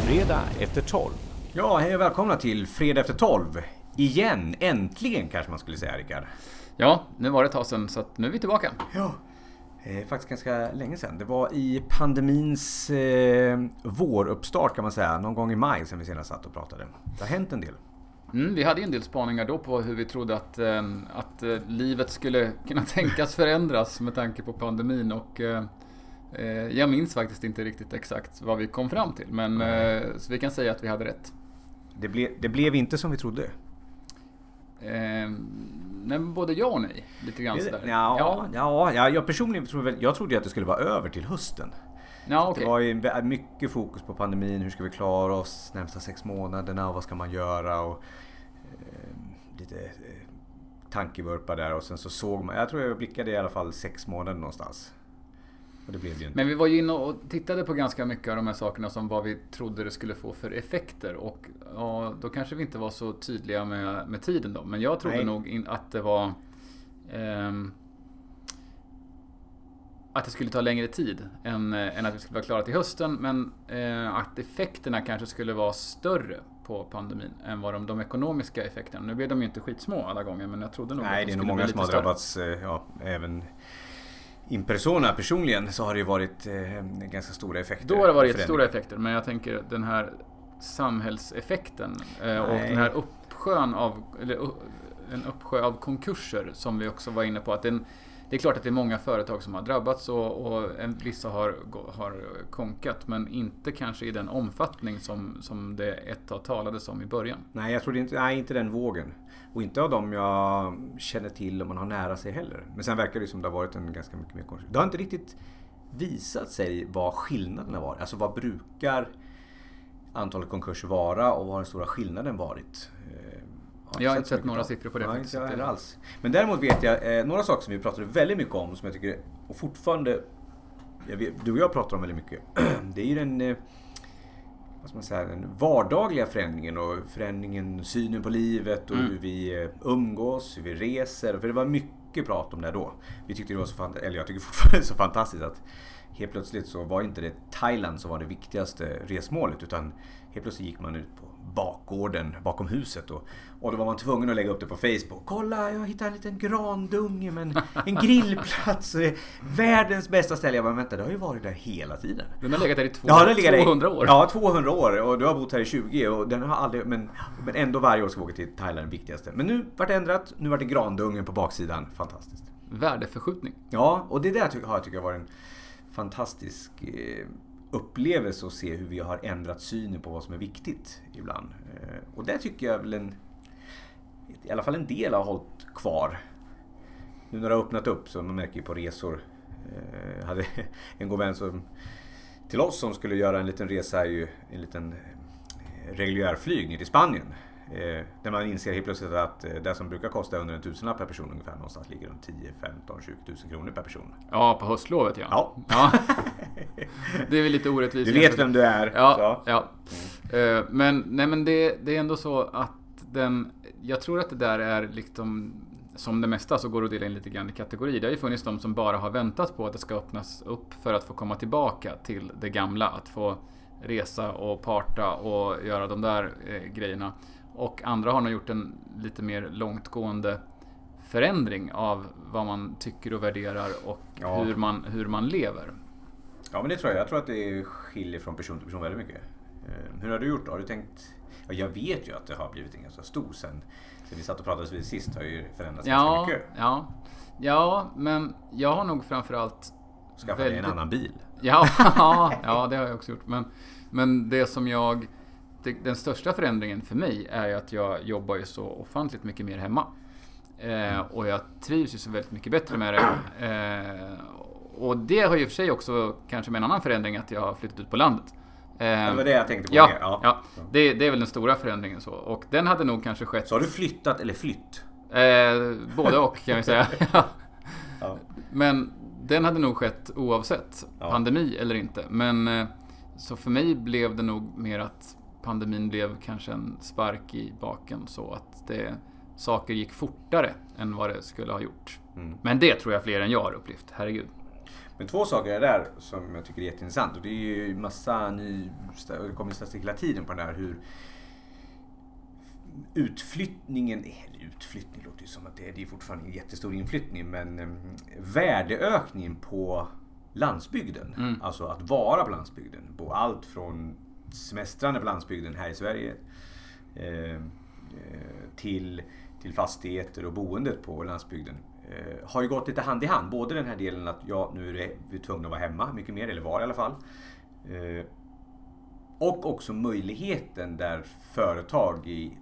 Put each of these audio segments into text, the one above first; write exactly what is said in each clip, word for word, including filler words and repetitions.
Fredag efter tolv. Ja, hej och välkomna till Fredag efter tolv. Igen, äntligen kanske man skulle säga, Rickard. Ja, nu var det ett tag sedan så att nu är vi tillbaka. Ja, eh, faktiskt ganska länge sedan. Det var i pandemins eh, våruppstart kan man säga. Någon gång i maj sen vi senast satt och pratade. Det har hänt en del. Mm, vi hade ju en del spaningar då på hur vi trodde att, eh, att eh, livet skulle kunna tänkas förändras med tanke på pandemin. Och eh, eh, jag minns faktiskt inte riktigt exakt vad vi kom fram till. Men eh, så vi kan säga att vi hade rätt. Det, ble, det blev inte som vi trodde. Eh, nej, både ja och nej. Lite grann sådär. Ja, ja. Ja, ja, jag personligen tror väl, jag trodde att det skulle vara över till hösten. Ja, okay. Det var ju mycket fokus på pandemin. Hur ska vi klara oss närmsta sex månaderna och vad ska man göra? Och, eh, lite eh, tankevurpa där. Och sen så såg man, jag tror jag blickade i alla fall sex månader någonstans. Och det blev ju inte. Men vi var ju inne och tittade på ganska mycket av de här sakerna som vad vi trodde det skulle få för effekter. Och ja, då kanske vi inte var så tydliga med, med tiden då. Men jag trodde Nej. nog in, att det var... Ehm, att det skulle ta längre tid än, än att vi skulle vara klara till hösten. Men eh, att effekterna kanske skulle vara större på pandemin än vad de, de ekonomiska effekterna. Nu blev de ju inte skitsmå alla gånger, men jag trodde nog Nej, att de det är nog skulle många bli som har lite drabbats, ja, även in persona personligen så har det ju varit eh, ganska stora effekter. Då har det varit stora effekter, men jag tänker den här samhällseffekten eh, och den här uppsjön av, eller, en uppsjö av konkurser som vi också var inne på, att den, det är klart att det är många företag som har drabbats och, och en, vissa har, har konkat, men inte kanske i den omfattning som, som det ett tag talades om i början. Nej, jag tror inte, nej, inte den vågen. Och inte av dem jag känner till om man har nära sig heller. Men sen verkar det som det har varit en ganska mycket mer konkurs. Det har inte riktigt visat sig vad skillnaden har varit. Alltså vad brukar antalet konkurser vara och vad har den stora skillnaden varit? Jag, jag har inte sett några av. siffror på det. Nej, inte jag alls. Men däremot vet jag eh, några saker som vi pratade väldigt mycket om som jag tycker, och fortfarande, jag vet, du och jag pratar om väldigt mycket. Det är ju den, eh, vad ska man säga, den vardagliga förändringen och förändringen, synen på livet och mm. hur vi eh, umgås, hur vi reser. För det var mycket prat om det då. Vi tyckte det var så fantastiskt, eller jag tycker fortfarande det är så fantastiskt att helt plötsligt så var inte det Thailand som var det viktigaste resmålet, utan helt plötsligt gick man ut på bakgården bakom huset och, och då var man tvungen att lägga upp det på Facebook. Kolla, jag hittade en liten grandunge med en grillplats. Världens bästa ställe. Jag bara, vänta, det har ju varit där hela tiden. Den har legat där i två, ja, tvåhundra år. Ja, tvåhundra år och du har bott här i tjugo och den har aldrig, men, men ändå varje år ska vi åka till Thailand, det viktigaste. Men nu vart det ändrat, nu vart det grandungen på baksidan. Fantastiskt. Värdeförskjutning. Ja, och det där tycker jag, tycker jag var en fantastisk eh, upplevelse att se hur vi har ändrat synen på vad som är viktigt ibland. Eh, och det tycker jag väl en, i alla fall en del har hållit kvar. Nu när det har öppnat upp så man märker ju på resor. Eh, hade en god vän som, till oss som skulle göra en liten resa här ju, en liten reguljär flyg ner till Spanien. Eh, där man inser helt plötsligt att eh, det som brukar kosta under en tusenlapp per person ungefär någonstans ligger runt tio, femton, tjugo tusen kronor per person. Ja, på höstlovet ja. Ja. ja. Det är väl lite orättvist. Du vet vem du är. Ja, så. ja. Mm. Eh, men, nej, men det, det är ändå så att den, jag tror att det där är liksom, som det mesta så går det att dela in lite grann i kategorier. Det har ju funnits de som bara har väntat på att det ska öppnas upp för att få komma tillbaka till det gamla. Att få resa och parta och göra de där eh, grejerna. Och andra har nog gjort en lite mer långtgående förändring av vad man tycker och värderar och ja. hur, man, hur man lever. Ja, men det tror jag. Jag tror att det skiljer från person till person väldigt mycket. Eh, hur har du gjort då? Har du tänkt... Ja, jag vet ju att det har blivit en ganska stor sen. Sen vi satt och pratade vid sist har ju förändrats ja, ganska mycket. Ja, ja, men jag har nog framförallt... Skaffa väldigt... dig en annan bil. Ja, ja, det har jag också gjort. Men, men det som jag... Den största förändringen för mig är ju att jag jobbar ju så ofantligt mycket mer hemma. Eh, och jag trivs ju så väldigt mycket bättre med det. Eh, och det har ju för sig också kanske med en annan förändring att jag har flyttat ut på landet. Eh, det var det jag tänkte på. Ja, ja. ja det, det är väl den stora förändringen så. Och den hade nog kanske skett... Så har du flyttat eller flytt? Eh, både och kan vi säga. Ja. Men den hade nog skett oavsett ja. pandemi eller inte. Men eh, så för mig blev det nog mer att pandemin blev kanske en spark i baken så att det, saker gick fortare än vad det skulle ha gjort. Mm. Men det tror jag fler än jag har upplevt, herregud. Men två saker är där som jag tycker är jätteintressant. Och det är ju massa ny... Det kommer statistik hela tiden på den här hur... Utflyttningen... Eller utflyttning låter ju som att det är, det är fortfarande en jättestor inflyttning. Men um, värdeökningen på landsbygden. Mm. Alltså att vara på landsbygden. På allt från semestrarna på landsbygden här i Sverige. Eh, till, till fastigheter och boendet på landsbygden. Eh, har ju gått lite hand i hand. Både den här delen att ja, nu är det, vi är tvungna att vara hemma mycket mer, eller var i alla fall. Eh, och också möjligheten där företag i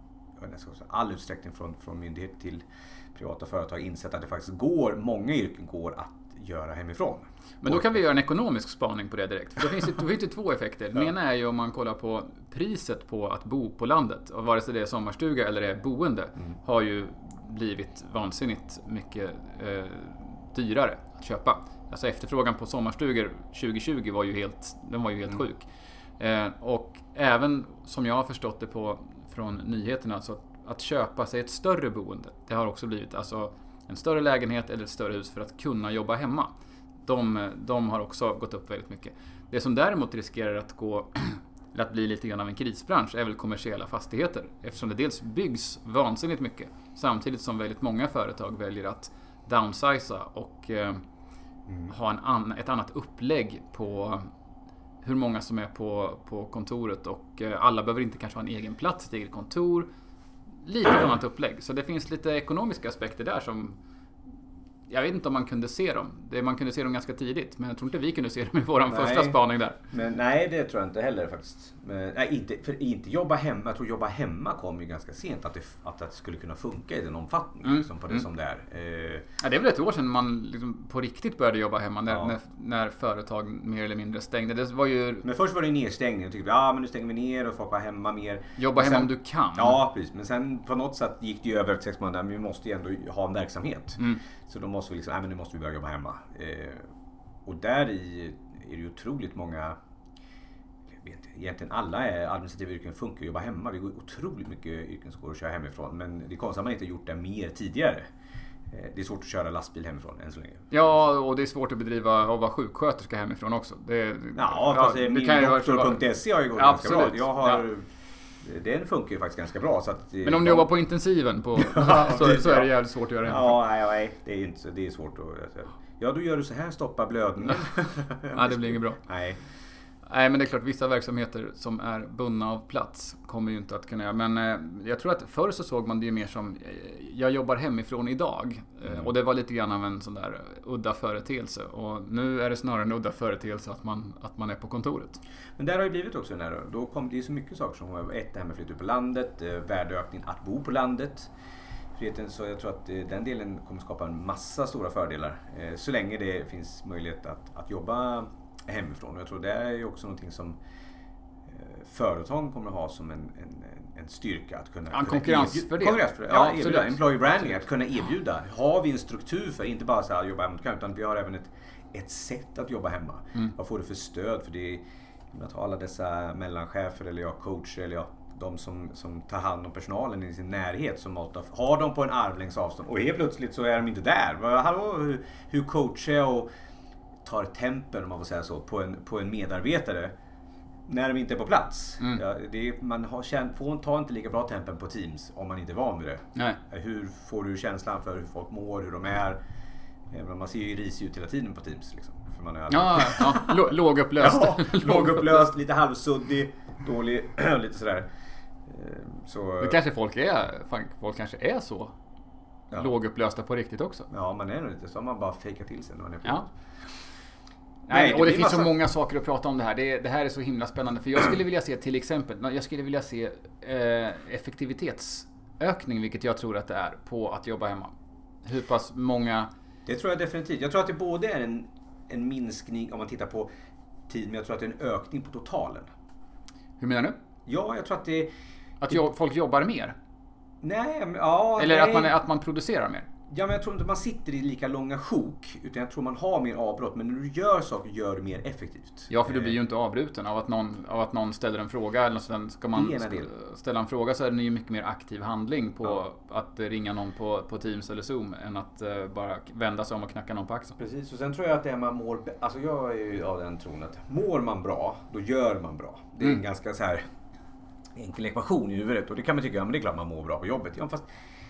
all utsträckning från, från myndighet till privata företag insett att det faktiskt går, många yrken går att göra hemifrån. Men då kan vi göra en ekonomisk spaning på det direkt. För det finns ju, det finns ju två effekter. Den ena är ju om man kollar på priset på att bo på landet. Och vare sig det är sommarstuga eller det är boende mm. har ju blivit vansinnigt mycket eh, dyrare att köpa. Alltså efterfrågan på sommarstugor tjugo tjugo var ju helt, den var ju helt mm. sjuk. Eh, och även som jag har förstått det på från nyheterna, så att, att köpa sig ett större boende, det har också blivit alltså en större lägenhet eller ett större hus för att kunna jobba hemma. De, de har också gått upp väldigt mycket. Det som däremot riskerar att gå att bli lite grann av en krisbransch är väl kommersiella fastigheter. Eftersom det dels byggs vansinnigt mycket samtidigt som väldigt många företag väljer att downsiza och eh, mm. ha en an, ett annat upplägg på hur många som är på, på kontoret. Och eh, alla behöver inte kanske ha en egen plats, ett eget kontor. Lite annat upplägg. Så det finns lite ekonomiska aspekter där som... Jag vet inte om man kunde se dem. Det, man kunde se dem ganska tidigt. Men jag tror inte vi kunde se dem i vår första spaning där. Men, nej, det tror jag inte heller faktiskt. Men, nej, inte, för inte jobba hemma. Jag tror jobba hemma kom ju ganska sent. Att det, att det skulle kunna funka i den omfattning mm. liksom, på det mm. som det är. Eh. Ja, det är väl ett år sedan man liksom på riktigt började jobba hemma. När, ja. när, när företag mer eller mindre stängde. Det var ju... Men först var det nedstängning. Tyckte vi, ja men nu stänger vi ner och folk var hemma mer. Jobba sen, hemma om du kan. Ja, precis. Men sen på något sätt gick det ju över sex månader. Men vi måste ju ändå ha en verksamhet. Mm. Så då måste vi liksom, nej men nu måste vi börja jobba hemma. Eh, och där i är det ju otroligt många, jag vet inte, egentligen alla är administrativa yrken funkar att jobba hemma. Vi går otroligt mycket yrken som går att köra hemifrån. Men det är konstigt att man inte gjort det mer tidigare. Eh, det är svårt att köra lastbil hemifrån än så länge. Ja, och det är svårt att bedriva och vara sjuksköterska hemifrån också. Det, ja, ja, fast det min doktor punkt se har ju gått ganska bra. Jag har... Ja. Den funkar ju faktiskt ganska bra. Så att, men om du jobbar på intensiven på, ja, så, så är det jävligt svårt att göra det. Ja, nej, nej, det är inte så, det är svårt att... Ja, då gör du så här, stoppa blödningen. Nej, det blir inget bra. Nej. Nej, men det är klart, vissa verksamheter som är bundna av plats kommer ju inte att kunna göra. Men eh, jag tror att förr så såg man det ju mer som eh, jag jobbar hemifrån idag. Eh, mm. Och det var lite grann av en sån där udda företeelse. Och nu är det snarare en udda företeelse att man, att man är på kontoret. Men där har ju blivit också när då kom det ju så mycket saker som ett, det här med att flytta ut på landet, eh, värdeökning att bo på landet. Så jag tror att den delen kommer skapa en massa stora fördelar. Eh, så länge det finns möjlighet att, att jobba hemifrån. Och jag tror det är ju också någonting som eh, företagen kommer att ha som en, en, en styrka att kunna... Ja, en konkurrensfördel. Konkurrensfördel. Ja, ja erbjuda. Employee branding, att kunna erbjuda. Har vi en struktur för, inte bara så här jobba hemma, utan vi har även ett, ett sätt att jobba hemma. Mm. Vad får du för stöd? För det är att ha alla dessa mellanchefer eller jag coacher eller jag, de som, som tar hand om personalen i sin närhet som har de på en armlängds avstånd. Och helt plötsligt så är de inte där. Hallå, hur, hur coachar jag och tar tempen, om man får säga så, på en, på en medarbetare när de inte är på plats. Mm. Ja, det är, man har känt, får ta inte lika bra tempen på Teams om man inte är van vid det. Nej. Hur får du känslan för hur folk mår, hur de är? Man ser ju risig ut hela tiden på Teams. Liksom, för man är aldrig... ja, ja. Lågupplöst. Ja, lågupplöst, lite halvsuddig, dålig, lite sådär. Så... Det kanske folk är, folk kanske är så ja. Lågupplösta på riktigt också. Ja, man är nog lite så, man bara fejkar till sig när man är på. Ja. Nej, Nej, och det finns massa... så många saker att prata om det här. Det, det här är så himla spännande. För jag skulle vilja se till exempel, jag skulle vilja se eh, effektivitetsökning, vilket jag tror att det är, på att jobba hemma. Hur pass många... Det tror jag definitivt. Jag tror att det både är en, en minskning om man tittar på tid, men jag tror att det är en ökning på totalen. Hur menar du? Ja, jag tror att det... Att det... folk jobbar mer? Nej, men, ja... Eller nej. Att, man, att man producerar mer? Ja, men jag tror inte man sitter i lika långa sjok, utan jag tror man har mer avbrott. Men när du gör saker gör du mer effektivt. Ja, för du blir ju inte avbruten av att någon, av att någon ställer en fråga. Eller sen ska man ställa en fråga, så är det ju mycket mer aktiv handling på ja. att ringa någon på, på Teams eller Zoom än att uh, bara vända sig om och knacka någon på axeln. Precis, och sen tror jag att det är man mår... Alltså jag är ju av den tron att mår man bra, då gör man bra. Det är mm. en ganska så här enkel ekvation i huvudet. Och det kan man tycka, ja, men det är klart man mår bra på jobbet. Ja, fast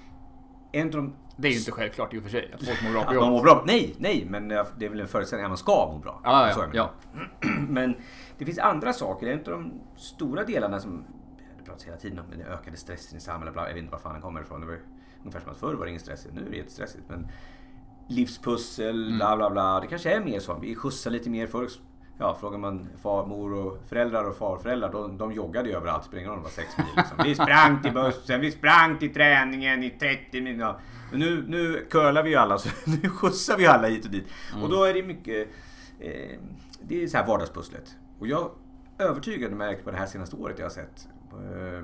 en de... Det är ju inte självklart i och för sig att folk mår bra på att jobbet. Man mår bra. Nej, nej, men det är väl en förutsättning att man ska må bra. Ah, ja, ja. Men det finns andra saker. En av de stora delarna som det pratas hela tiden om, den ökade stressen i samhället. Jag vet inte var fan den kommer ifrån. Det var ungefär som att förr var det ingen stress. Nu är det jättestressigt. Men livspussel, mm. bla bla bla. Det kanske är mer så. Vi skjutsar lite mer förr. Ja, frågar man far, mor och föräldrar och farföräldrar, de, de joggade ju överallt, springer de var sex mil. Liksom. Vi sprang till bussen, vi sprang till träningen i trettio minuter. Ja. Men nu, nu curlar vi ju alla, så nu skjutsar vi alla hit och dit. Mm. Och då är det mycket, eh, det är så här vardagspusslet. Och jag övertygade märkt på det här senaste året jag har sett, eh,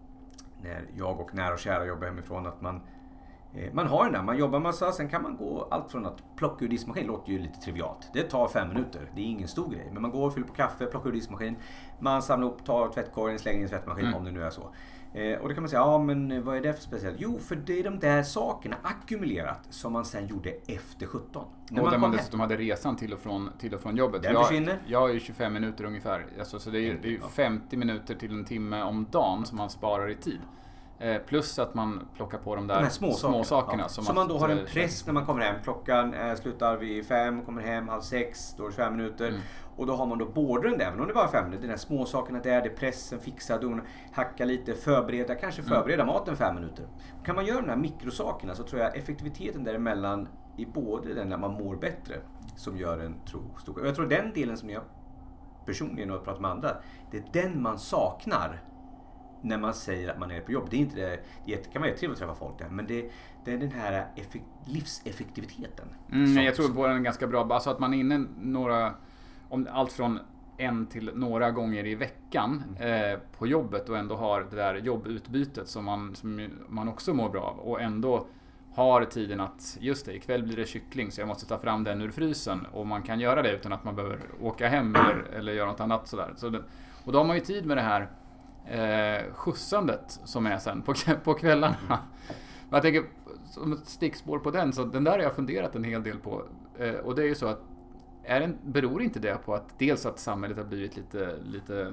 när jag och nära och kära jobbar hemifrån, att man Man har den där, man jobbar massa, sen kan man gå allt från att plocka ur diskmaskin, låter ju lite trivialt. Det tar fem minuter, det är ingen stor grej. Men man går och fyller på kaffe, plockar ur diskmaskin, man samlar upp, tar tvättkorgen, slänger in i tvättmaskin, mm. om det nu är så. Eh, och då kan man säga, ja men vad är det för speciellt? Jo, för det är de där sakerna ackumulerat som man sen gjorde efter sjutton. När och man där man dessutom hade resan till och från, till och från jobbet. Den jag, försvinner. Jag är ju tjugofem minuter ungefär, alltså, så det är, det är ju femtio minuter till en timme om dagen som man sparar i tid. Plus att man plockar på de där de små, små sakerna, sakerna ja. som så man då har en press känns. När man kommer hem. Klockan eh, slutar vid fem, kommer hem halv sex, då är det fem minuter. Mm. Och då har man då både den där, även om det bara är fem minuter, de där små sakerna där, det är pressen, fixa, don, hacka lite, förbereda, kanske förbereda mm. maten fem minuter. Kan man göra de här mikrosakerna, så tror jag effektiviteten däremellan i både den där man mår bättre, som gör en tro stor. Och jag tror den delen som jag personligen har pratat med andra, det är den man saknar när man säger att man är på jobb. Det är inte det, det kan vara trevligt att träffa folk där, men det, det är den här effekt, livseffektiviteten. Mm, jag tror på den ganska bra, alltså att man är inne några, om allt från en till några gånger i veckan mm. eh, på jobbet, och ändå har det där jobbutbytet som man, som man också mår bra av, och ändå har tiden att, just det, ikväll blir det kyckling så jag måste ta fram den ur frysen, och man kan göra det utan att man behöver åka hem eller, eller göra något annat sådär. Så det, och då har man ju tid med det här Eh, skjutsandet som är sen på, på kvällarna. Men jag tänker, som ett stickspår på den, så den där har jag funderat en hel del på. Eh, och det är ju så att, är det, beror inte det på att dels att samhället har blivit lite, lite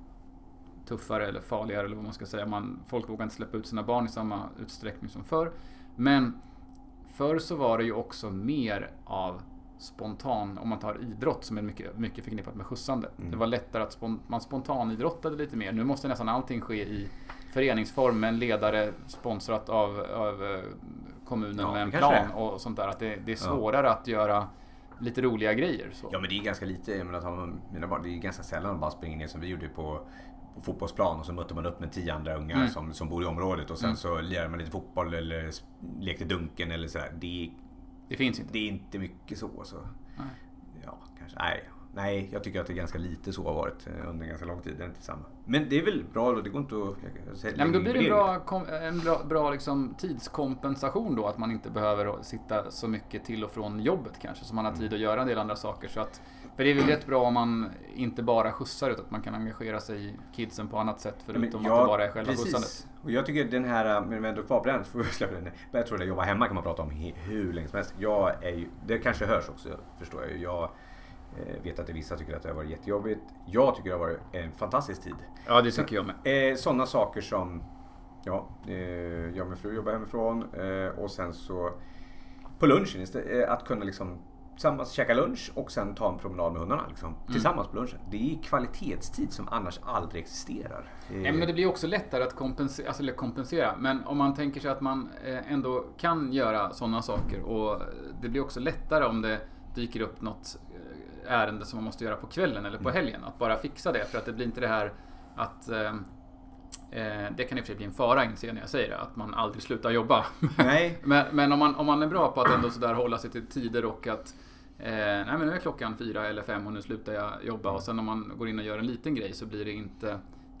tuffare eller farligare, eller vad man ska säga. Man, folk vågar inte släppa ut sina barn i samma utsträckning som förr. Men förr så var det ju också mer av spontan, om man tar idrott som är mycket, mycket förknippat med skjutsande. Mm. Det var lättare att spon, man spontanidrottade lite mer. Nu måste nästan allting ske i föreningsform med en ledare sponsrat av, av kommunen ja, med en plan och sånt där. Att det, det är svårare ja. att göra lite roliga grejer. Så. Ja, men det är ganska lite, jag menar, mina barn, det är ganska sällan de bara springer ner som vi gjorde på på fotbollsplan, och så mötte man upp med tio andra ungar mm. som, som bor i området, och sen mm. så lärde man lite fotboll eller lekte dunken eller sådär. Det Det finns inte. Det är inte mycket så. så. Nej. Ja, kanske. Nej. Nej, jag tycker att det är ganska lite så har varit under ganska lång tid. Det är inte samma. Men det är väl bra, och det går inte att säga. Nej, men då blir det en bra, en bra, bra liksom tidskompensation då, att man inte behöver sitta så mycket till och från jobbet kanske, så man har tid att göra en del andra saker. Så att, för det är väl rätt bra om man inte bara skjutsar, utan att man kan engagera sig i kidsen på annat sätt, förutom ja, att det bara är själva precis. skjutsandet. Och jag tycker den här, men vi ändå kvar på den, får vi släppa den. Men jag tror att jobba hemma kan man prata om hur länge som helst. Jag är ju, det kanske hörs också, förstår jag ju. Jag vet att det vissa tycker att det har varit jättejobbigt. Jag tycker det har varit en fantastisk tid. Ja, det tycker jag med. Eh, sådana saker som, ja, eh, jag och min fru jobbar hemifrån, eh, och sen så på lunchen istället, eh, att kunna liksom tillsammans käka lunch och sen ta en promenad med hundarna liksom, mm. tillsammans på lunchen. Det är kvalitetstid som annars aldrig existerar. Eh. Nej, men det blir också lättare att kompensera, alltså, kompensera. Men om man tänker sig att man eh, ändå kan göra sådana saker, och det blir också lättare om det dyker upp något ärende som man måste göra på kvällen eller på helgen, att bara fixa det, för att det blir inte det här att eh, det kan i och för sig bli en fara, inser när jag säger det, att man aldrig slutar jobba. Nej. men men om, man, om man är bra på att ändå så där hålla sig till tider, och att eh, nej, men nu är klockan fyra eller fem och nu slutar jag jobba, och sen om man går in och gör en liten grej så blir det inte,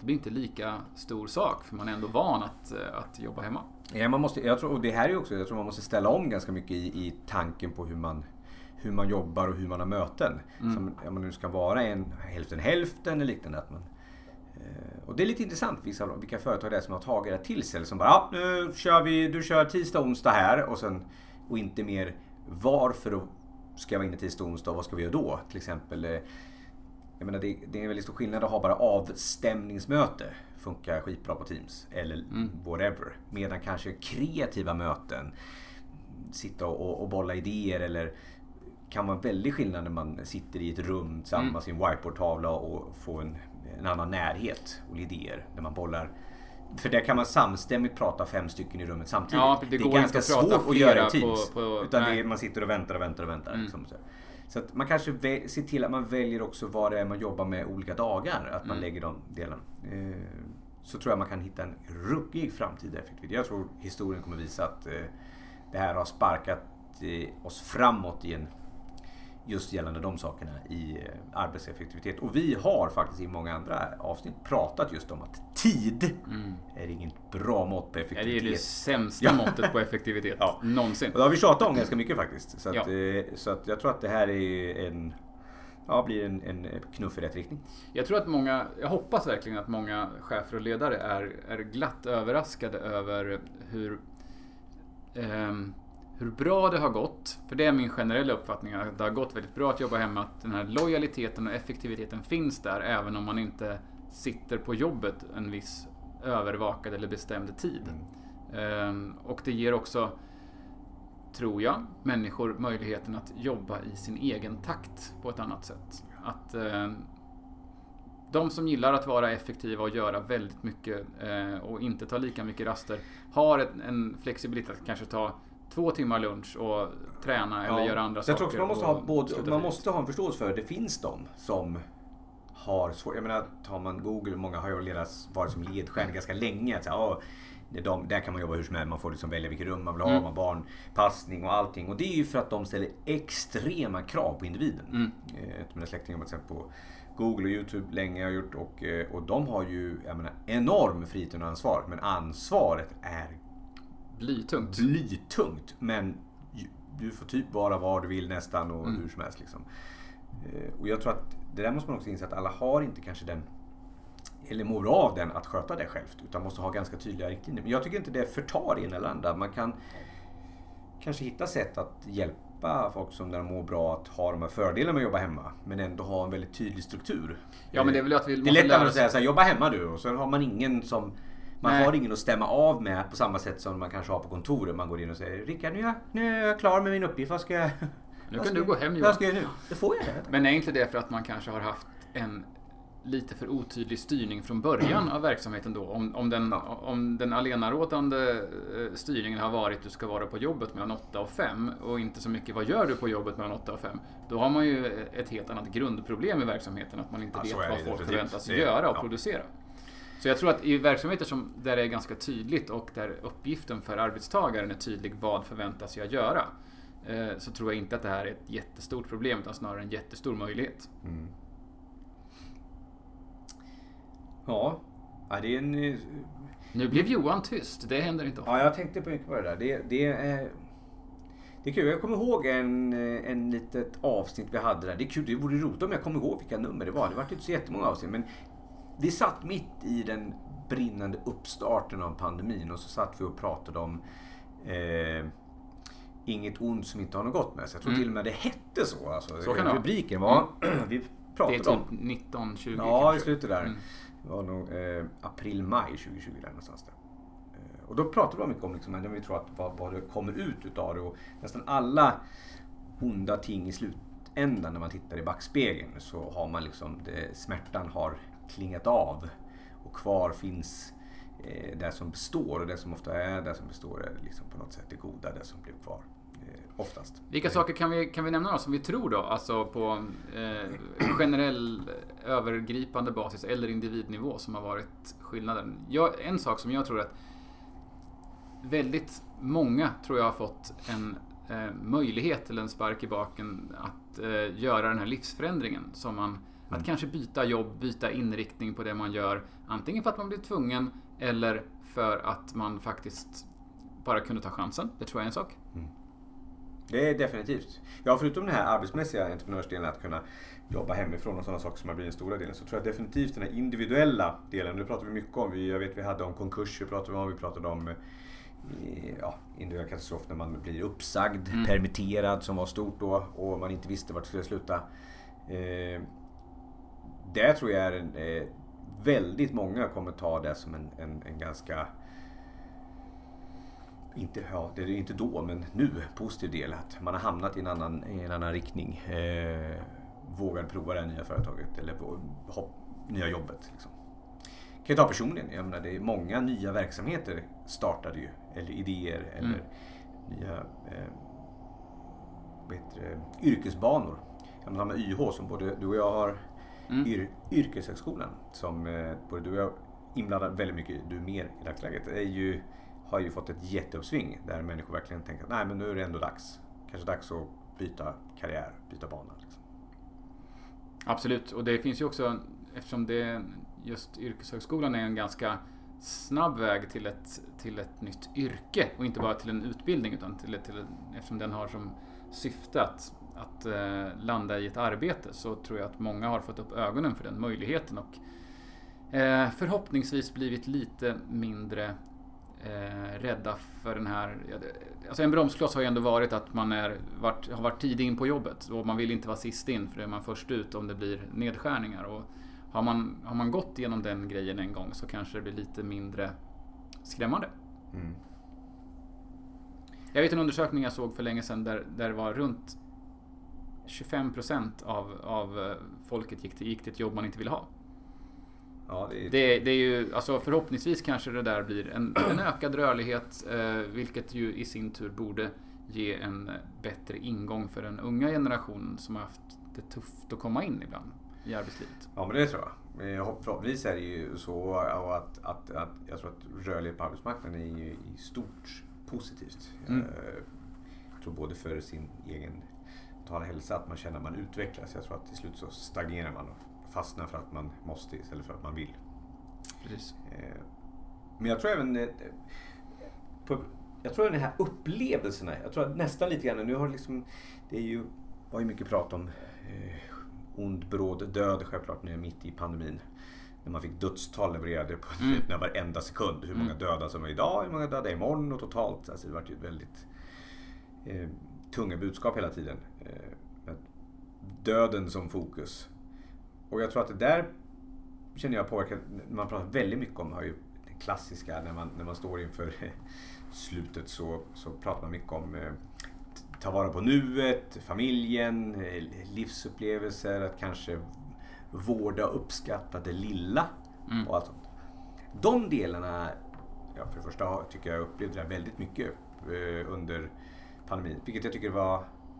det blir inte lika stor sak för man är ändå van att, att jobba hemma. Ja, man måste, jag tror, och det här är också, jag tror man måste ställa om ganska mycket i, i tanken på hur man, hur man jobbar och hur man har möten. Mm. Som ja, man nu ska vara en hälften hälften eller liknande. Att man, eh, och det är lite intressant vissa, vilka företag det är som har tagit det till sig. Eller som bara, ja, nu kör vi, du kör tisdag och onsdag här och, sen, och inte mer varför ska jag vara inne tisdag och onsdag och vad ska vi göra då? Till exempel, eh, jag menar, det, det är en väldigt stor skillnad att ha bara avstämningsmöte. Funkar skitbra på Teams eller mm. whatever. Medan kanske kreativa möten, sitta och, och bolla idéer eller kan vara väldigt skillnad när man sitter i ett rum tillsammans mm. i en whiteboardtavla och får en, en annan närhet och idéer när man bollar. För där kan man samstämmigt prata fem stycken i rummet samtidigt. Ja, det, det går är ganska inte att prata svårt att göra i Teams. På, på, utan det är, man sitter och väntar och väntar och väntar. Mm. Liksom, så. Så att man kanske vä- ser till att man väljer också vad det är man jobbar med olika dagar. Att man mm. lägger de delarna. Eh, så tror jag man kan hitta en ruggig framtida effektivitet. Jag tror historien kommer visa att eh, det här har sparkat eh, oss framåt i en, just gällande de sakerna i eh, arbetseffektivitet. Och vi har faktiskt i många andra avsnitt pratat just om att tid mm. är inget bra mått på effektivitet. Det är det sämsta måttet på effektivitet ja. någonsin. Och det har vi tjatat om ganska mycket faktiskt. Så att, ja. eh, så att jag tror att det här är en... Ja, blir en, en knuff i rätt riktning. Jag tror att många, jag hoppas verkligen att många chefer och ledare är, är glatt överraskade över hur, eh, hur bra det har gått. För det är min generella uppfattning att det har gått väldigt bra att jobba hemma. Att den här lojaliteten och effektiviteten finns där även om man inte sitter på jobbet en viss övervakad eller bestämd tid. Mm. Eh, och det ger också, tror jag, människor möjligheten att jobba i sin egen takt på ett annat sätt. Att eh, de som gillar att vara effektiva och göra väldigt mycket eh, och inte ta lika mycket raster har ett, en flexibilitet att kanske ta två timmar lunch och träna eller ja. göra andra så jag saker. Tror också man måste, ha, både, man måste ha en förståelse för det finns de som har svårt. Jag menar, tar man Google, många har ju ledas varit som ledstjärnor ganska länge. Att säga, åh, De, där kan man jobba hur som helst. Man får liksom välja vilket rum man vill ha, mm. man barnpassning och allting. Och det är ju för att de ställer extrema krav på individen. Mm. Eh, mina släktingar har sett på Google och YouTube länge har gjort och, och de har ju jag menar, enorm frihet och ansvar. Men ansvaret är blytungt. blytungt. Men du får typ vara var du vill nästan och mm. hur som helst. Liksom. Eh, och jag tror att det där måste man också inse att alla har inte kanske den eller mår bra av den att sköta det själv utan måste ha ganska tydliga riktlinjer. Men jag tycker inte det förtar en eller andra. Man kan kanske hitta sätt att hjälpa folk som där mår bra att ha de här fördelarna med att jobba hemma men ändå ha en väldigt tydlig struktur. Ja, men det är väl att vi det är lätt att säga så här, jobba hemma du och så har man ingen som man Nej. har ingen att stämma av med på samma sätt som man kanske har på kontoret. Man går in och säger Rickard, nu är jag, nu är jag klar med min uppgift. Vad ska jag Nu kan du gå hem, Johan. Vad ska jag nu? Det får jag det. Men är inte det för att man kanske har haft en lite för otydlig styrning från början av verksamheten då. Om, om, den, ja. om den alenarådande styrningen har varit du ska vara på jobbet mellan åtta och fem och inte så mycket vad gör du på jobbet mellan åtta och fem. Då har man ju ett helt annat grundproblem i verksamheten att man inte ja, vet vad folk förväntas göra och ja. producera. Så jag tror att i verksamheter som, där det är ganska tydligt och där uppgiften för arbetstagaren är tydlig vad förväntas jag göra eh, så tror jag inte att det här är ett jättestort problem utan snarare en jättestor möjlighet. Mm. Ja, det är en... Nu blev Johan tyst, det händer inte ofta. Ja, jag tänkte på mycket på det där. Det, det, är, det är kul, jag kommer ihåg en, en litet avsnitt vi hade där. Det är kul, det vore roligt om jag kommer ihåg vilka nummer det var. Det var inte så jättemånga avsnitt, men vi satt mitt i den brinnande uppstarten av pandemin och så satt vi och pratade om eh, inget ont som inte har något gott med sig. Jag tror mm. till och med det hette så. Alltså, så kan rubriken var... Mm. vi pratade det är typ nitton tjugo. Ja, i slutet där. Mm. Det var nog eh, april-maj tjugo tjugo där någonstans där. Eh, och då pratade vi mycket om liksom, när vi tror att vad, vad det kommer ut utav det och nästan alla onda ting i slutändan när man tittar i backspegeln så har man liksom det, smärtan har klingat av och kvar finns eh, det som består och det som ofta är det som består är liksom på något sätt det goda, det som blev kvar. Oftast. Vilka saker kan vi, kan vi nämna då som vi tror då, alltså på eh, generell övergripande basis eller individnivå som har varit skillnaden? Jag, en sak som jag tror att väldigt många tror jag har fått en eh, möjlighet eller en spark i baken att eh, göra den här livsförändringen som man Att kanske byta jobb, byta inriktning på det man gör. Antingen för att man blir tvungen eller för att man faktiskt bara kunde ta chansen. Det tror jag är en sak. Mm. Det är definitivt. Ja, förutom den här arbetsmässiga entreprenörsdelen, att kunna jobba hemifrån och sådana saker som har blivit den stora delen, så tror jag definitivt den här individuella delen, det pratar vi mycket om. Vi, jag vet vi hade om konkurser, pratade vi om, vi pratade om ja, individuell katastrof när man blir uppsagd, mm. permitterad som var stort då och man inte visste vart det skulle sluta. Eh, det tror jag är en, eh, väldigt många kommer ta det som en, en, en ganska inte, ja, det är inte då, men nu positiv del att man har hamnat i en annan, i en annan riktning. Eh, vågar prova det här nya företaget eller hopp, nya jobbet. Liksom. Kan jag ta personligen, jag menar, det är många nya verksamheter startade ju, eller idéer eller mm. nya eh, bättre, yrkesbanor. Jag menar med Y H som både du och jag har mm. yr, yrkeshögskolan som eh, både du och jag inblandar väldigt mycket, du mer i dagsläget, är ju har ju fått ett jätteuppsving där människor verkligen tänker att nej, men nu är det ändå dags. Kanske dags att byta karriär, byta bana. Liksom. Absolut, och det finns ju också, eftersom det just yrkeshögskolan är en ganska snabb väg till ett, till ett nytt yrke och inte bara till en utbildning utan till, till eftersom den har som syfte att, att eh, landa i ett arbete, så tror jag att många har fått upp ögonen för den möjligheten och eh, förhoppningsvis blivit lite mindre Eh, rädda för den här, alltså en bromskloss har ju ändå varit att man är, varit, har varit tidig in på jobbet och man vill inte vara sist in för då är man först ut om det blir nedskärningar, och har man, har man gått igenom den grejen en gång så kanske det blir lite mindre skrämmande. Mm. Jag vet en undersökning jag såg för länge sedan där, där det var runt tjugofem procent av, av folket gick till, gick till ett jobb man inte ville ha. Ja, det, är... Det, det är ju, alltså förhoppningsvis kanske det där blir en, en ökad rörlighet, eh, vilket ju i sin tur borde ge en bättre ingång för den unga generationen som har haft det tufft att komma in ibland i arbetslivet. Ja, men det tror jag. Förhoppningsvis är det ju så att, att, att jag tror att rörlighet på arbetsmarknaden är ju i stort positivt. Mm. Jag tror både för sin egen totala hälsa att man känner att man utvecklas. Jag tror att till slut så stagnerar man och fastnar för att man måste istället för att man vill. Precis. Men jag tror även på, jag tror den här upplevelserna, jag tror att nästan lite grann, nu har liksom, det är ju, var ju mycket prat om eh, ond, bråd, död självklart nu mitt i pandemin. När man fick dödstal levererade på mm. när varenda sekund. Hur många döda som är idag, hur många döda är imorgon och totalt. Alltså det var ju ett väldigt eh, tunga budskap hela tiden. Eh, döden som fokus. Och jag tror att det där känner jag påverkar, man pratar väldigt mycket om, har ju det klassiska när man, när man står inför slutet så, så pratar man mycket om eh, ta vara på nuet, familjen, eh, livsupplevelser, att kanske vårda och uppskatta det lilla mm. och allt sånt. De delarna, ja, för det första tycker jag upplevde det väldigt mycket eh, under pandemin, vilket jag tycker var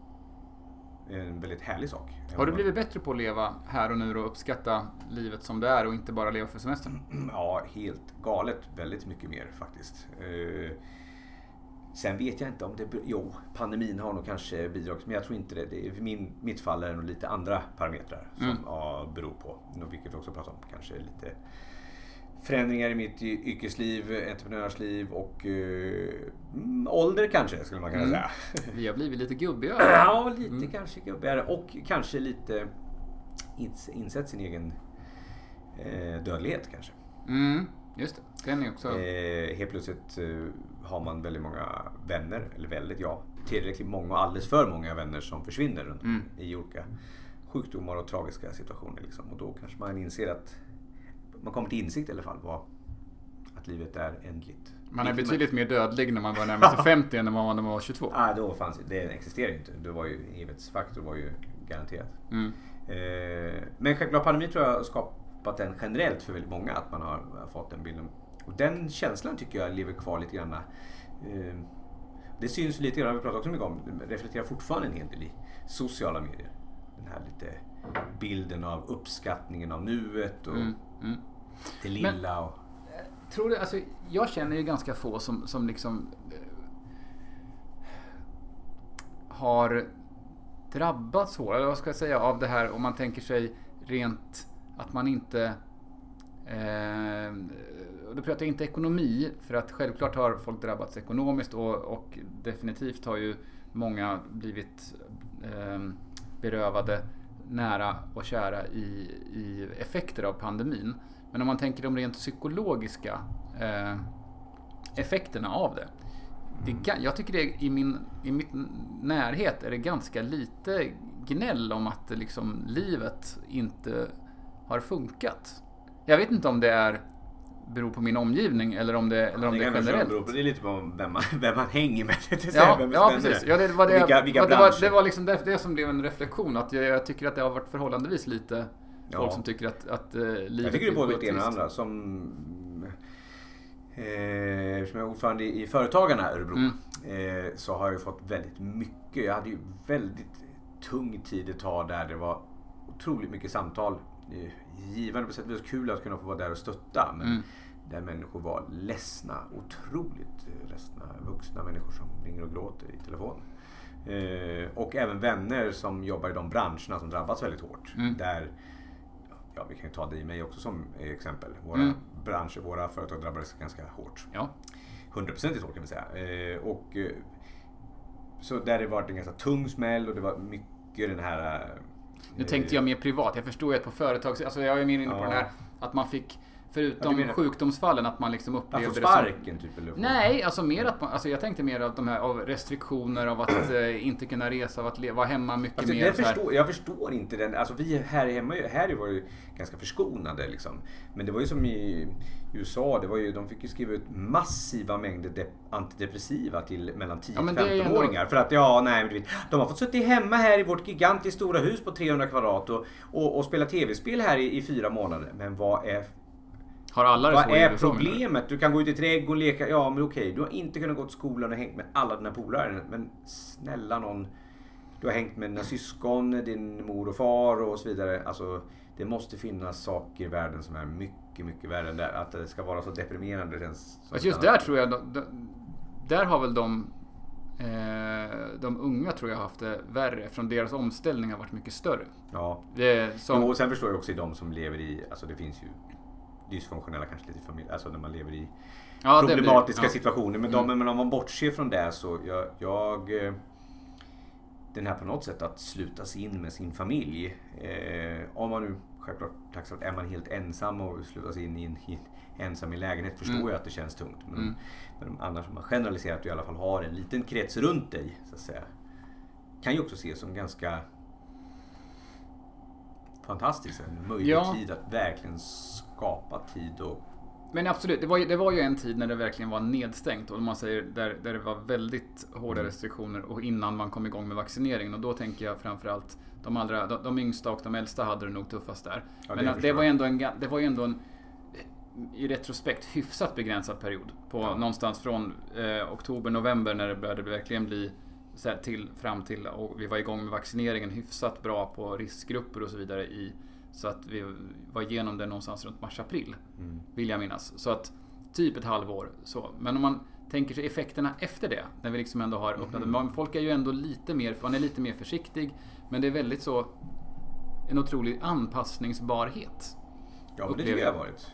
en väldigt härlig sak. Har du blivit bättre på att leva här och nu och uppskatta livet som det är och inte bara leva för semestern? Ja, helt galet. Väldigt mycket mer faktiskt. Eh, sen vet jag inte om det... Jo, pandemin har nog kanske bidragit, men jag tror inte det. det är, min, mitt fall är det nog lite andra parametrar som mm. ja, beror på. Vilket vi också pratar om. Kanske lite förändringar i mitt yrkesliv, entreprenörsliv och uh, ålder kanske skulle man kunna mm. säga. Vi har blivit lite gubbiga. Ja, lite mm. kanske gubbigare och kanske lite ins- insett sin egen eh, dödlighet kanske. Mm, just det. Den är också... Eh, helt plötsligt eh, har man väldigt många vänner, eller väldigt, ja, tillräckligt många och alldeles för många vänner som försvinner runt mm. i olika sjukdomar och tragiska situationer liksom. Och då kanske man inser att man kommer till insikt i alla fall vad att livet är ändligt. Man är betydligt mer dödlig när man var närmare sig femtio än när man var när man var tjugotvå. Ja, ah, då fanns det existerar ju inte. Det var ju evighetsfaktor var ju garanterat. Mm. Eh, men självklart pandemin tror jag har skapat den generellt för väldigt många att man har fått den bilden. Och den känslan tycker jag lever kvar lite grann. Eh, det syns lite grann, vi pratar också mycket om, reflekterar fortfarande en hel del i sociala medier. Den här lite bilden av uppskattningen av nuet och mm. Mm. det lilla. Men, och... tror du, alltså, jag känner ju ganska få som, som liksom eh, har drabbats så, eller vad ska jag säga, av det här, om man tänker sig rent att man inte eh, då pratar jag inte ekonomi, för att självklart har folk drabbats ekonomiskt och, och definitivt har ju många blivit eh, berövade nära och kära i, i effekter av pandemin. Men om man tänker de rent psykologiska eh, effekterna av det. det jag tycker det är, i min i mitt närhet är det ganska lite gnäll om att liksom, livet inte har funkat. Jag vet inte om det är beror på min omgivning eller om det, eller om det, det är generellt. Beror på, det är lite på vem man, vem man hänger med. Ja, ja precis. Ja, det var, det, vilka, vilka det, var, det var liksom det, det som blev en reflektion. Att jag, jag tycker att det har varit förhållandevis lite ja. folk som tycker att, att uh, livet jag tycker det är både åt ena och andra. Som, eh, som är ordförande i, i Företagarna Örebro mm. eh, så har jag fått väldigt mycket. Jag hade ju väldigt tung tid ett tag där det var otroligt mycket samtal. Givande på sätt och vis, kul att kunna få vara där och stötta, men mm. där människor var ledsna, otroligt ledsna, vuxna människor som ringer och gråter i telefon. Eh, och även vänner som jobbar i de branscherna som drabbats väldigt hårt. Mm. Där, ja, vi kan ju ta det i mig också som exempel. Våra mm. branscher, våra företag drabbades ganska hårt. Ja. hundraprocentigt hårt kan vi säga. Eh, och eh, så där det varit en ganska tung smäll och det var mycket den här. Nu tänkte jag mer privat. Jag förstår ju att på företags... Alltså jag är mer inne på ja. den här att man fick, förutom ja, sjukdomsfallen, att man liksom upplevde alltså sparken, det som... typ? Eller Nej, alltså mer att man... Alltså jag tänkte mer av de här av restriktioner, av att eh, inte kunna resa, av att leva, vara hemma mycket alltså, mer. Förstår, jag förstår inte den... Alltså vi här hemma, här var ju ganska förskonade liksom. Men det var ju som i U S A, det var ju, de fick ju skriva ut massiva mängder de, antidepressiva till mellan tio och femton-åringar. Ändå... För att, ja, nej, men de har fått sitta hemma här i vårt gigantiskt stora hus på trehundra kvadrat och, och, och spela tv-spel här i, i fyra månader. Men vad är... Har alla det vad är problemet? Du kan gå ut i trädgården och leka, ja men okej, du har inte kunnat gå till skolan och hängt med alla dina polare. Men snälla någon, du har hängt med dina syskon, din mor och far och så vidare. Alltså, det måste finnas saker i världen som är mycket, mycket värre än där. Att det ska vara så deprimerande känns. Alltså just där tror jag, där har väl de, eh, de unga tror jag har haft det värre. Från deras omställning har varit mycket större. Ja, det, som... och sen förstår jag också i de som lever i, alltså det finns ju dysfunktionella kanske lite familj, alltså när man lever i ja, problematiska blir, ja. situationer. Men, de, mm. men om man bortser från det så jag, jag den här på något sätt att sluta sig in med sin familj. Eh, om man nu självklart tacksamt är man helt ensam och slutar sig in i en helt ensam i lägenhet förstår mm. jag att det känns tungt. Men, mm. men annars om man generaliserar att du i alla fall har en liten krets runt dig så att säga, kan ju också ses som ganska fantastiskt, en möjlig ja. tid att verkligen skapa tid och... Men absolut, det var, ju, det var ju en tid när det verkligen var nedstängt och man säger där, där det var väldigt hårda restriktioner och innan man kom igång med vaccineringen, och då tänker jag framförallt de allra, de, de yngsta och de äldsta hade det nog tuffast där. Ja, men det, det var ju ändå en, det var ju ändå en i retrospekt hyfsat begränsad period på ja. någonstans från eh, oktober, november när det började verkligen bli så här, till, fram till och vi var igång med vaccineringen hyfsat bra på riskgrupper och så vidare i, så att vi var igenom det någonstans runt mars-april mm. vill jag minnas. Så att typ ett halvår så. Men om man tänker sig effekterna efter det, när vi liksom ändå har öppnat mm. folk är ju ändå lite mer, man är lite mer försiktig, men det är väldigt så en otrolig anpassningsbarhet. Ja, men det tycker jag har varit.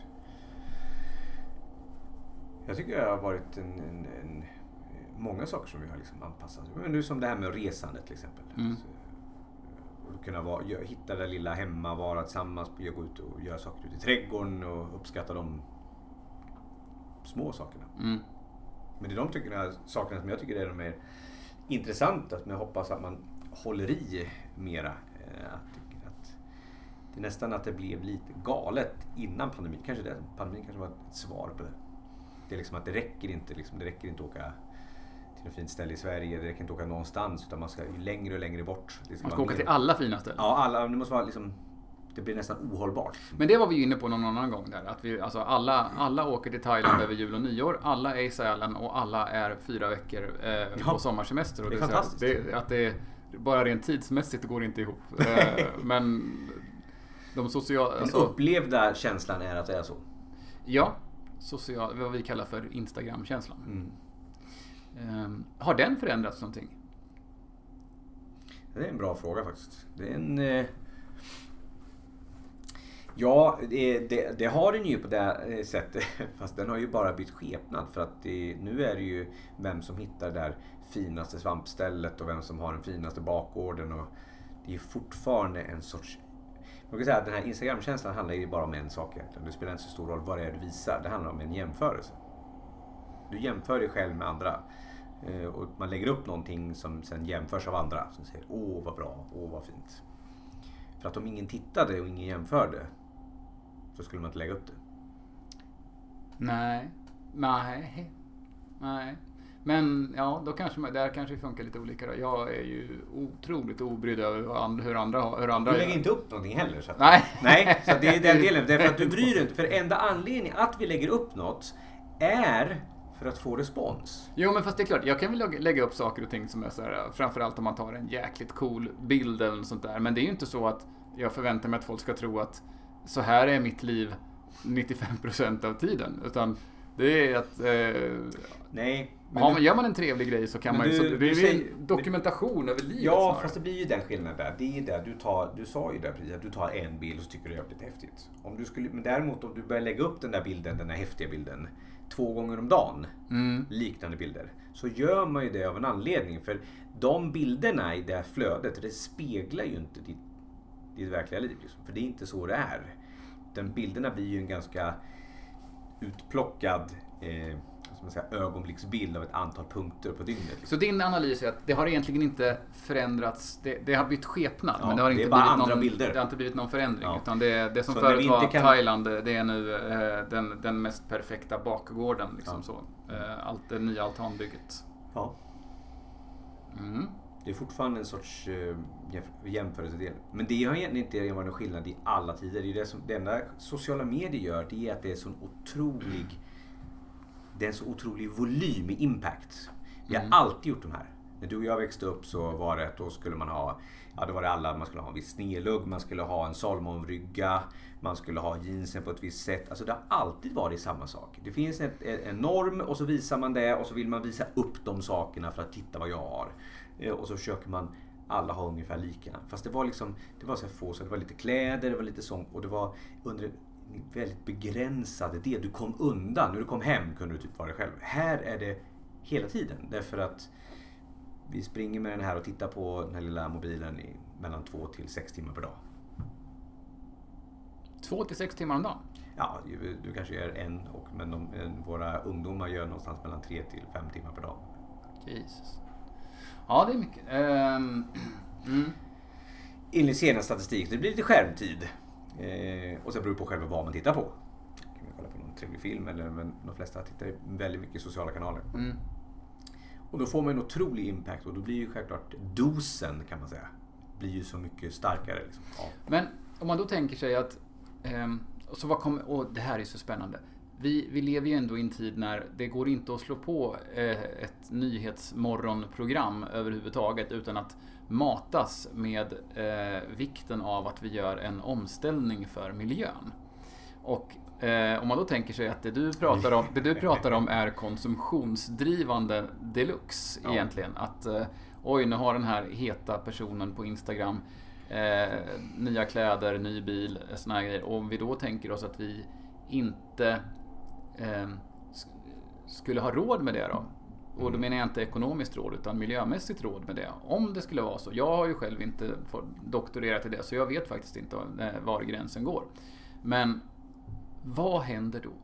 Jag tycker det har varit en, en, en många saker som vi har liksom anpassat. Men nu som det här med resandet till exempel. Mm. Att kunna vara, hitta det lilla hemma, vara tillsammans, gå ut och göra saker ute i trädgården och uppskatta de små sakerna. Mm. Men det är de tycker, sakerna som jag tycker är de mer intressanta, som jag hoppas att man håller i mera. Att, att det är nästan att det blev lite galet innan pandemin. Kanske det, pandemin kanske var ett svar på det. Det är liksom att det räcker inte, liksom, det räcker inte att åka till ett fint ställe i Sverige, det räcker inte att åka någonstans, utan man ska ju längre och längre bort. Man ska åka mer... till alla fina ställen. Ja, alla, det måste vara liksom, det blir nästan ohållbart. Men det var vi inne på någon annan gång där, att vi, alltså alla, alla åker till Thailand över jul och nyår, alla är i Sälen och alla är fyra veckor eh, ja, på sommarsemester. Och det är det, fantastiskt. Det, att det bara rent tidsmässigt går inte ihop. eh, men de sociala... Alltså, den upplevda känslan är att det är så. Ja, social, vad vi kallar för Instagram-känslan. Mm. Um, har den förändrats någonting? Det är en bra fråga faktiskt. Det är en... Eh, Ja, det, det, det har den ju på det sättet. Fast den har ju bara bytt skepnad. För att det, nu är det ju vem som hittar det där finaste svampstället och vem som har den finaste bakgården. Och det är ju fortfarande en sorts... Man kan säga att den här Instagram-känslan handlar ju bara om en sak egentligen. Det spelar inte så stor roll vad det är du visar. Det handlar om en jämförelse. Du jämför dig själv med andra. Och man lägger upp någonting som sen jämförs av andra. Som säger, åh vad bra, åh vad fint. För att om ingen tittade och ingen jämförde, så skulle man inte lägga upp det. Nej, nej, nej. Men ja, då kanske man, där kanske det funkar lite olika då. Jag är ju otroligt obrydd över and, hur andra hur andra Du lägger gör. inte upp någonting heller. Så att, Nej. Nej, så det är den delen. Därför att du bryr dig inte. För enda anledningen att vi lägger upp något är för att få respons. Jo, men fast det är klart, jag kan väl lägga upp saker och ting som är så här, framförallt om man tar en jäkligt cool bild eller sånt där. Men det är ju inte så att jag förväntar mig att folk ska tro att så här är mitt liv nittiofem procent av tiden. Utan det är att... Eh, Nej. Men har man, gör man en trevlig grej så kan man ju... Du, så, det är du ju säger, en dokumentation över livet. Ja, snarare. fast det blir ju den skillnaden där. Det är där du tar, du sa ju där precis att du tar en bild och så tycker du det är jävligt häftigt. Om du skulle, men däremot om du börjar lägga upp den där bilden, den där häftiga bilden, två gånger om dagen, mm. liknande bilder, så gör man ju det av en anledning. För de bilderna i det flödet, det speglar ju inte ditt, ditt verkliga liv. Liksom. För det är inte så det är. Den bilderna blir ju en ganska utplockad eh, som man säger, ögonblicksbild av ett antal punkter på dygnet. Liksom. Så din analys är att det har egentligen inte förändrats, det, det har bytt skepnad, Ja, men det har det inte är bara blivit andra någon, bilder. det har inte blivit någon förändring, Ja. utan det, det som Så när förut vi var inte kan- Thailand, det är nu eh, den, den mest perfekta bakgården, liksom Ja. så. Eh, allt det nya altanbygget. Ja. Mm. Det är fortfarande en sorts uh, jämförelsedel. Men det har egentligen inte varit någon skillnad i alla tider. Det, är det, som, det enda sociala medier gör, det är att det är sån otrolig det är en så otrolig volym i impact. Vi har Mm. alltid gjort de här. När du och jag växte upp så var det att då skulle man ha, ja då var det alla, man skulle ha en viss snedlugg, man skulle ha en salmonrygga, man skulle ha jeansen på ett visst sätt. Alltså det har alltid varit samma sak. Det finns ett, en norm och så visar man det och så vill man visa upp de sakerna för att titta vad jag har. Och så försöker man alla ha ungefär lika. Fast det var liksom, det var så här få, så det var lite kläder, det var lite sånt och det var under väldigt begränsade det. Du kom undan, när du kom hem kunde du typ vara dig själv. Här är det hela tiden, därför att vi springer med den här och tittar på den här lilla mobilen i mellan två till sex timmar per dag. Två till sex timmar om dagen? Ja, du, du kanske gör en, och, men de, våra ungdomar gör någonstans mellan tre till fem timmar per dag. Jesus. Ja, det är mycket. Um, mm. Enligt senaste statistik, det blir lite skärmtid. Eh, och så beror det på själva vad man tittar på. Kan man kolla på någon trevlig film, eller men de flesta tittar väldigt mycket i sociala kanaler. Mm. Och då får man en otrolig impact och då blir ju självklart dosen, kan man säga, blir ju så mycket starkare. Liksom. Ja. Men om man då tänker sig att, um, och så vad kommer, och det här är så spännande. Vi, vi lever ju ändå i en tid när det går inte att slå på eh, ett nyhetsmorgonprogram överhuvudtaget utan att matas med eh, vikten av att vi gör en omställning för miljön. Och eh, om man då tänker sig att det du pratar om, det du pratar om är konsumtionsdrivande deluxe Ja. egentligen. Att eh, oj, nu har den här heta personen på Instagram eh, nya kläder, ny bil, såna här grejer. Och om vi då tänker oss att vi inte eh, skulle ha råd med det då. Och då menar jag inte ekonomiskt råd utan miljömässigt råd med det. Om det skulle vara så. Jag har ju själv inte fått doktorerat i det så jag vet faktiskt inte var gränsen går. Men vad händer då?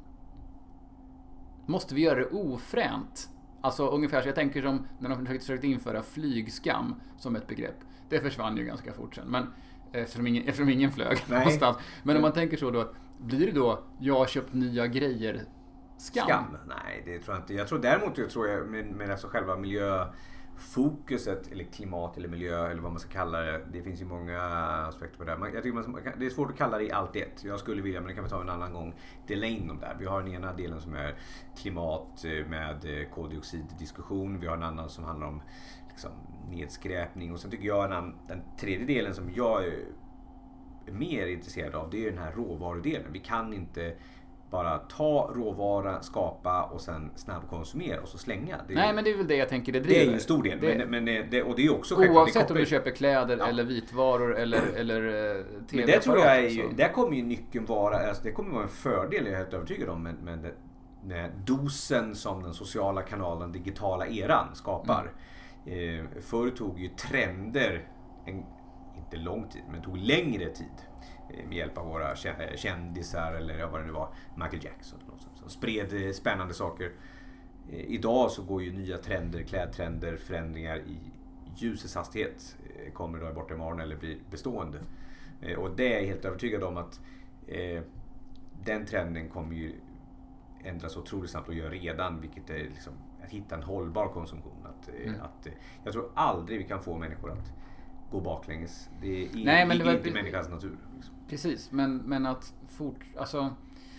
Måste vi göra det ofränt? Alltså ungefär så jag tänker som när de försökte införa flygskam som ett begrepp. Det försvann ju ganska fort sen. Men eftersom ingen, eftersom ingen flög Nej. någonstans. Men om man tänker så då, blir det då jag har köpt nya grejer skam? Skam? Nej, det tror jag inte. Jag tror däremot, jag tror jag, med, med alltså själva miljöfokuset, eller klimat eller miljö, eller vad man ska kalla det. Det finns ju många aspekter på det. Man, jag tycker man, det är svårt att kalla det i allt ett. Jag skulle vilja, men det kan vi ta en annan gång, dela in dem där. Vi har den ena delen som är klimat med koldioxiddiskussion. Vi har en annan som handlar om liksom, nedskräpning. Och sen tycker jag en, den tredje delen som jag är mer intresserad av, det är den här råvarudelen. Vi kan inte bara ta råvara, skapa och sen snabbkonsumera och så slänga. Det Nej, men det är väl det jag tänker det driver. Det är ju en stor del. Det, men, men det, och det är också oavsett om du köper kläder ja. eller vitvaror eller, eller tv-apparater. Men det tror jag är ju, där kommer ju nyckeln vara, alltså det kommer vara en fördel, jag är helt övertygad om, men, men det, med dosen som den sociala kanalen, digitala eran skapar. Mm. Eh, förr tog ju trender, en, inte lång tid, men tog längre tid. Med hjälp av våra kändisar eller vad det nu var, Michael Jackson som spred spännande saker. Idag så går ju nya trender, klädtrender, förändringar i ljusets hastighet, kommer idag borta imorgon eller blir bestående. Och det är jag helt övertygad om att eh, den trenden kommer ju ändras otroligt snabbt och gör redan, vilket är liksom att hitta en hållbar konsumtion. Att, mm. att, jag tror aldrig vi kan få människor att gå baklänges. Det är i, Nej, men det var, inte människans natur. Liksom. Precis, men, men att, fort, alltså,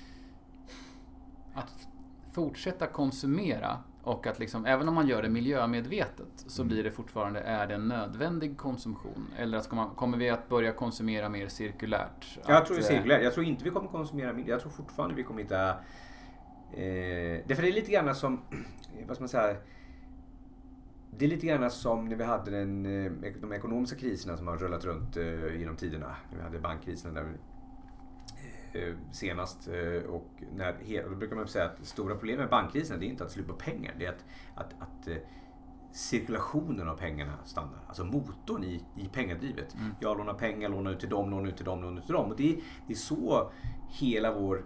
att fortsätta konsumera och att liksom, även om man gör det miljömedvetet så mm. blir det fortfarande, är det en nödvändig konsumtion? Eller att man, kommer vi att börja konsumera mer cirkulärt? Jag att, tror det är cirkulärt. Jag tror inte vi kommer konsumera mer. Jag tror fortfarande vi kommer hitta... Eh, därför det är lite grann som... Vad ska man säga... Det är lite grann som när vi hade den, de ekonomiska kriserna som har rullat runt eh, genom tiderna. Vi hade bankkrisen där eh, senast. Eh, och när, då brukar man säga att stora problemet med bankkrisen, det är inte att sluta pengar. Det är att, att, att eh, cirkulationen av pengarna stannar. Alltså motorn i, i pengadrivet. Mm. Jag lånar pengar, lånar ut till dem, lånar ut till dem, lånar ut till dem. Och det är, det är så hela vår...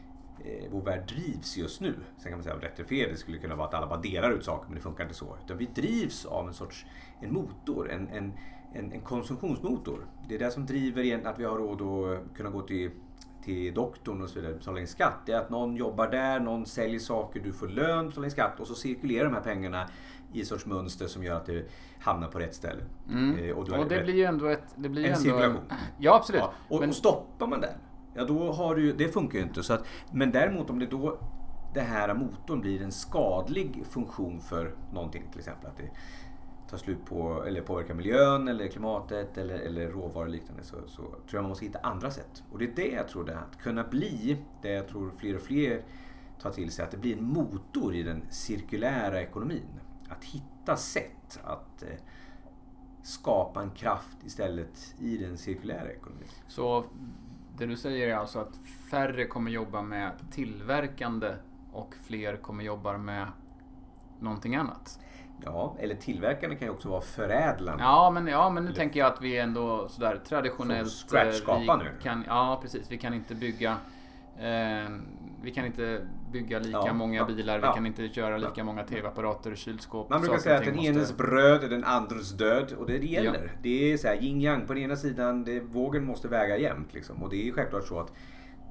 vår värld drivs just nu. Sen kan man säga att rätt eller fel, det skulle kunna vara att alla bara delar ut saker, men det funkar inte så. Utan vi drivs av en sorts en motor, en, en, en, en konsumtionsmotor. Det är det som driver igen att vi har råd att kunna gå till, till doktorn och så vidare, betala in skatt. Det är att någon jobbar där, någon säljer saker, du får lön, betalar in skatt och så cirkulerar de här pengarna i ett sorts mönster som gör att det hamnar på rätt ställe. Mm. Och, och det rätt, blir ju ändå ett... Det blir en ändå cirkulation. Ja, absolut. Ja, och, men, och stoppar man där, ja då har du, det funkar ju inte. Så att, men däremot om det då det här motorn blir en skadlig funktion för någonting, till exempel att det tar slut på eller påverkar miljön eller klimatet eller, eller råvaror och liknande, så, så tror jag man måste hitta andra sätt. Och det är det jag tror det att kunna bli, det jag tror fler och fler tar till sig, att det blir en motor i den cirkulära ekonomin. Att hitta sätt att eh, skapa en kraft istället i den cirkulära ekonomin. Så det du säger är alltså att färre kommer jobba med tillverkande och fler kommer jobba med någonting annat? Ja, eller tillverkande kan ju också vara förädlande. Ja, men, ja, men nu eller, tänker jag att vi ändå sådär traditionellt... Scratch-skapa nu. Kan, ja, precis. Vi kan inte bygga... Eh, vi kan inte bygga lika ja, många ja, bilar, vi ja, kan inte köra lika ja, många tv-apparater, kylskåp. Man brukar säga att den måste... enes bröd är den andres död, och det, det gäller. Ja. Det är så här yin-yang på den ena sidan, det, vågen måste väga jämnt liksom. Och det är självklart så att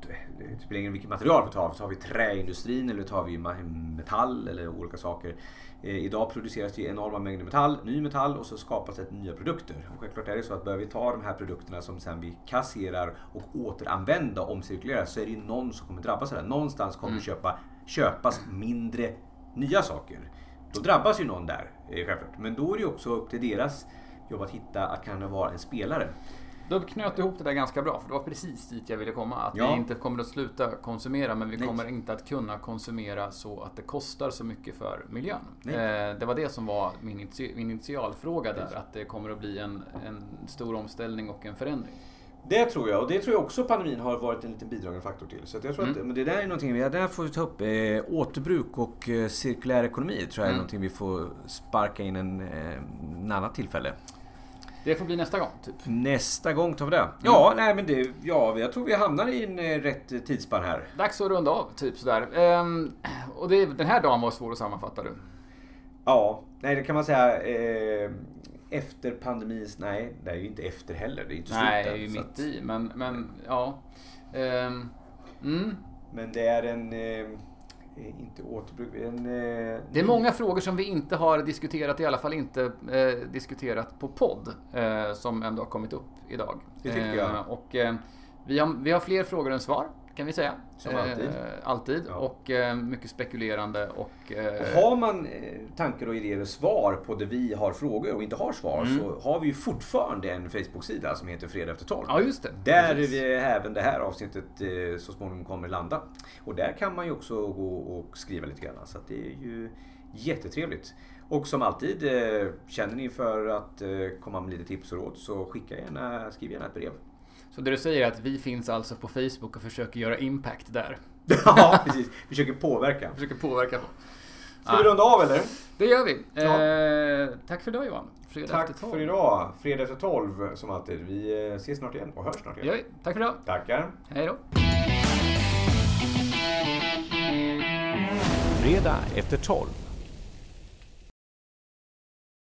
det spelar ingen vilket material vi tar. Så har vi träindustrin eller tar vi metall eller olika saker. Eh, idag produceras det enorma mängder metall, ny metall, och så skapas det nya produkter. Och självklart är det så att börjar vi ta de här produkterna som sen vi kasserar och återanvända och omcirkulera, så är det ju någon som kommer drabbas av det. Någonstans kommer mm. köpa, köpas mindre nya saker. Då drabbas ju någon där, eh, självklart. Men då är det ju också upp till deras jobb att hitta att kan det vara en spelare. Då knöt ihop det där ganska bra, för det var precis dit jag ville komma. Att ja. vi inte kommer att sluta konsumera, men vi Nej. kommer inte att kunna konsumera så att det kostar så mycket för miljön. Eh, det var det som var min, initia- min initialfråga där, att det kommer att bli en, en stor omställning och en förändring. Det tror jag, och det tror jag också pandemin har varit en liten bidragande faktor till. Så att jag tror mm. att men det där är någonting vi där får vi ta upp. Eh, återbruk och eh, cirkulär ekonomi tror jag är mm. någonting vi får sparka in en, eh, en annat tillfälle. Det får bli nästa gång, typ. Nästa gång tar vi det. Ja, mm. nej men det, ja, jag tror vi hamnar i en eh, rätt tidsspann här. Dags att runda av, typ sådär. Ehm, och det, den här dagen var svår att sammanfatta, du. Ja, nej det kan man säga. Eh, efter pandemins, nej, det är ju inte efter heller. Det är inte nej, slutet. Nej, det är ju mitt att, i, men, men ja. Ehm, mm. Men det är en... Eh, inte återbruk. En, eh, det är många frågor som vi inte har diskuterat, i alla fall inte eh, diskuterat på podd, eh, som ändå har kommit upp idag. Det tycker jag. Eh, och eh, vi, har, vi har fler frågor än svar, kan kan vi säga. Som alltid. Eh, alltid. Ja. Och eh, mycket spekulerande. Och, eh, och har man eh, tankar och idéer och svar på det vi har frågor och inte har svar Mm. så har vi ju fortfarande en Facebook-sida som heter Fredag efter tolv. Ja, just det. Där Precis. vi även det här avsnittet eh, så småningom kommer landa. Och där kan man ju också gå och skriva lite grann. Så att det är ju jättetrevligt. Och som alltid, eh, känner ni för att eh, komma med lite tips och råd så skicka gärna, skriv gärna ett brev. Så det du säger är att vi finns alltså på Facebook och försöker göra impact där. Ja, precis. Vi försöker påverka. Försöker påverka. Ska vi runda av eller? Det gör vi. Ja. Eh, tack för idag Johan. Fredag Tack efter tolv. för idag. Fredag efter tolv som alltid. Vi eh, ses snart igen och hörs snart igen. Gör vi. Tack för idag. Tackar. Hej då. Fredag efter tolv.